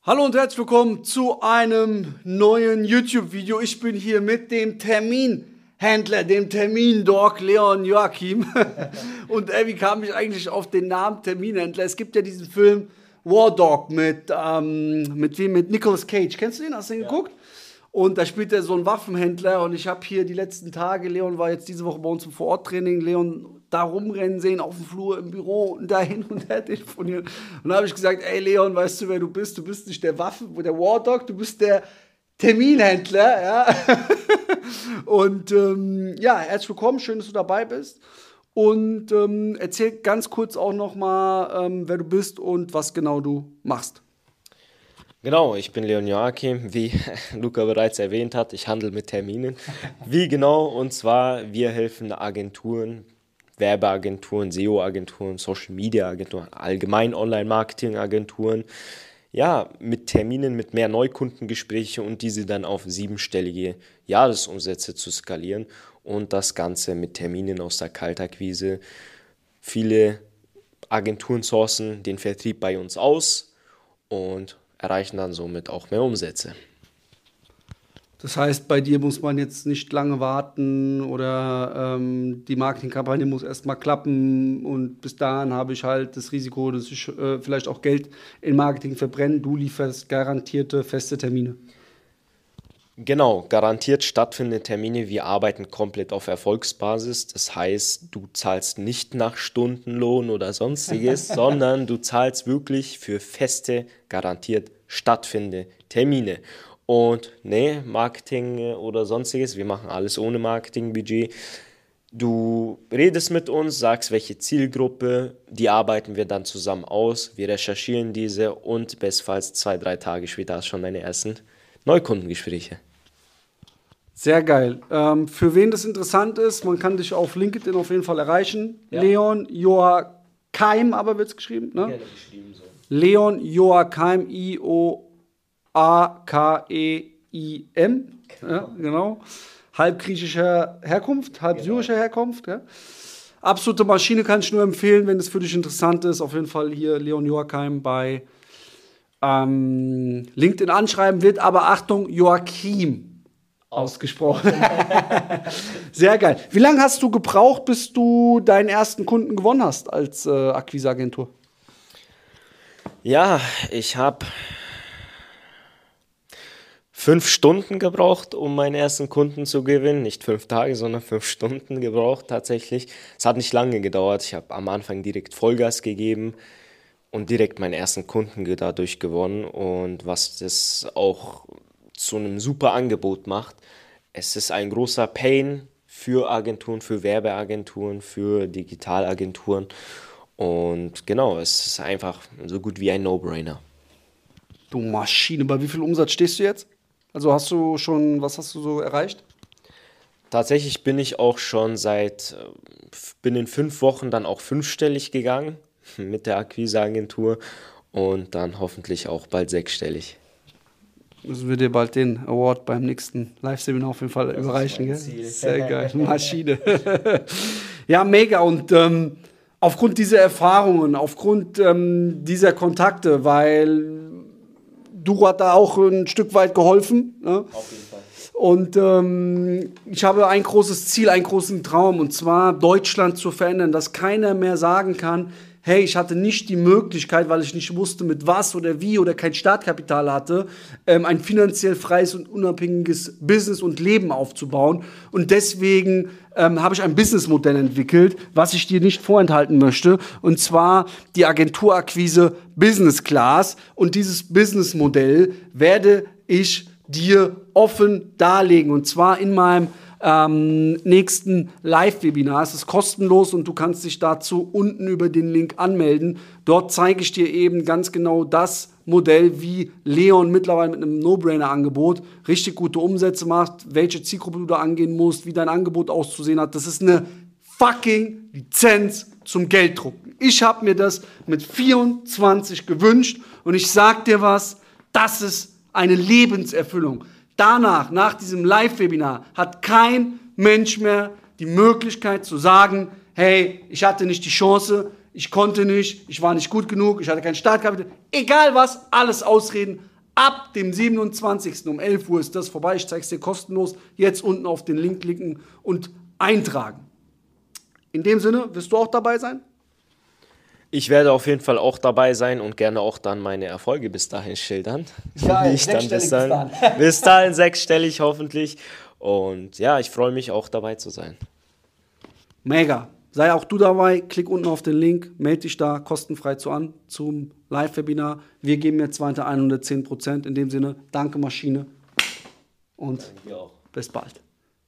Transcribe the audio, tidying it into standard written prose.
Hallo und herzlich willkommen zu einem neuen YouTube-Video. Ich bin hier mit dem Terminhändler, dem Termindog Leon Joachim. Und wie kam ich eigentlich auf den Namen Terminhändler? Es gibt ja diesen Film War Dog mit Nicolas Cage. Kennst du den? Hast du den geguckt? Und da spielt er so einen Waffenhändler und ich habe hier die letzten Tage, Leon war jetzt diese Woche bei uns im Vororttraining, Leon da rumrennen sehen auf dem Flur im Büro und da hin und her telefonieren. Und da habe ich gesagt, ey Leon, weißt du, wer du bist? Du bist nicht der War Dog, du bist der Terminhändler. Ja? Und herzlich willkommen, schön, dass du dabei bist. Und erzähl ganz kurz auch nochmal, wer du bist und was genau du machst. Genau, ich bin Leon Joachim, wie Luca bereits erwähnt hat, ich handle mit Terminen. Wie genau? Und zwar, wir helfen Agenturen, Werbeagenturen, SEO-Agenturen, Social-Media-Agenturen, allgemein Online-Marketing-Agenturen, ja, mit Terminen, mit mehr Neukundengespräche und diese dann auf 7-stellige Jahresumsätze zu skalieren und das Ganze mit Terminen aus der Kaltakquise. Viele Agenturen sourcen den Vertrieb bei uns aus und erreichen dann somit auch mehr Umsätze. Das heißt, bei dir muss man jetzt nicht lange warten oder die Marketingkampagne muss erstmal klappen und bis dahin habe ich halt das Risiko, dass ich vielleicht auch Geld in Marketing verbrenne. Du lieferst garantierte feste Termine. Genau, garantiert stattfindende Termine. Wir arbeiten komplett auf Erfolgsbasis. Das heißt, du zahlst nicht nach Stundenlohn oder sonstiges, sondern du zahlst wirklich für feste, garantiert stattfindende Termine. Und nee, Marketing oder sonstiges, wir machen alles ohne Marketingbudget. Du redest mit uns, sagst, welche Zielgruppe, die arbeiten wir dann zusammen aus. Wir recherchieren diese und bestenfalls 2-3 Tage später hast du schon deine ersten Neukundengespräche. Sehr geil. Für wen das interessant ist, man kann dich auf LinkedIn auf jeden Fall erreichen. Ja. Leon Joachim, aber wird es geschrieben, ne? Gerne geschrieben so. Leon Joachim, I-O-A-K-E-I-M. Genau. Ja, genau. Halb griechischer Herkunft, halb syrischer Herkunft. Ja. Absolute Maschine, kann ich nur empfehlen, wenn das für dich interessant ist. Auf jeden Fall hier Leon Joachim bei LinkedIn anschreiben, wird aber Achtung, Joachim ausgesprochen. Sehr geil. Wie lange hast du gebraucht, bis du deinen ersten Kunden gewonnen hast als Akquiseagentur? Ja, ich habe 5 Stunden gebraucht, um meinen ersten Kunden zu gewinnen. Nicht 5 Tage, sondern 5 Stunden gebraucht tatsächlich. Es hat nicht lange gedauert. Ich habe am Anfang direkt Vollgas gegeben und direkt meinen ersten Kunden dadurch gewonnen. Und was das auch zu einem super Angebot macht, es ist ein großer Pain für Agenturen, für Werbeagenturen, für Digitalagenturen. Und genau, es ist einfach so gut wie ein No-Brainer. Du Maschine, bei wie viel Umsatz stehst du jetzt? Also was hast du so erreicht? Tatsächlich bin ich auch schon binnen 5 Wochen dann auch 5-stellig gegangen mit der Akquiseagentur und dann hoffentlich auch bald 6-stellig. Müssen wir dir bald den Award beim nächsten Live-Seminar auf jeden Fall überreichen. Gell? Sehr geil, Maschine. Ja, mega. Und aufgrund dieser Erfahrungen, aufgrund dieser Kontakte, weil du hast da auch ein Stück weit geholfen. Ne? Auf jeden Fall. Und ich habe ein großes Ziel, einen großen Traum, und zwar Deutschland zu verändern, dass keiner mehr sagen kann, hey, ich hatte nicht die Möglichkeit, weil ich nicht wusste, mit was oder wie oder kein Startkapital hatte, ein finanziell freies und unabhängiges Business und Leben aufzubauen. Und deswegen habe ich ein Businessmodell entwickelt, was ich dir nicht vorenthalten möchte, und zwar die Agenturakquise Business Class. Und dieses Businessmodell werde ich dir offen darlegen, und zwar in meinem nächsten Live-Webinar. Es ist kostenlos und du kannst dich dazu unten über den Link anmelden. Dort zeige ich dir eben ganz genau das Modell, wie Leon mittlerweile mit einem No-Brainer-Angebot richtig gute Umsätze macht, welche Zielgruppe du da angehen musst, wie dein Angebot auszusehen hat. Das ist eine fucking Lizenz zum Gelddrucken. Ich habe mir das mit 24 gewünscht und ich sag dir was, das ist eine Lebenserfüllung. Danach, nach diesem Live-Webinar, hat kein Mensch mehr die Möglichkeit zu sagen, hey, ich hatte nicht die Chance, ich konnte nicht, ich war nicht gut genug, ich hatte kein Startkapital. Egal was, alles Ausreden, Ab dem 27. um 11 Uhr ist das vorbei. Ich zeige es dir kostenlos. Jetzt unten auf den Link klicken und eintragen. In dem Sinne, wirst du auch dabei sein? Ich werde auf jeden Fall auch dabei sein und gerne auch dann meine Erfolge bis dahin schildern. Geil, bis dahin sechsstellig hoffentlich. Und ja, ich freue mich auch dabei zu sein. Mega. Sei auch du dabei, klick unten auf den Link, melde dich da kostenfrei zum Live-Webinar. Wir geben jetzt weiter 110%. In dem Sinne, danke Maschine und bis bald.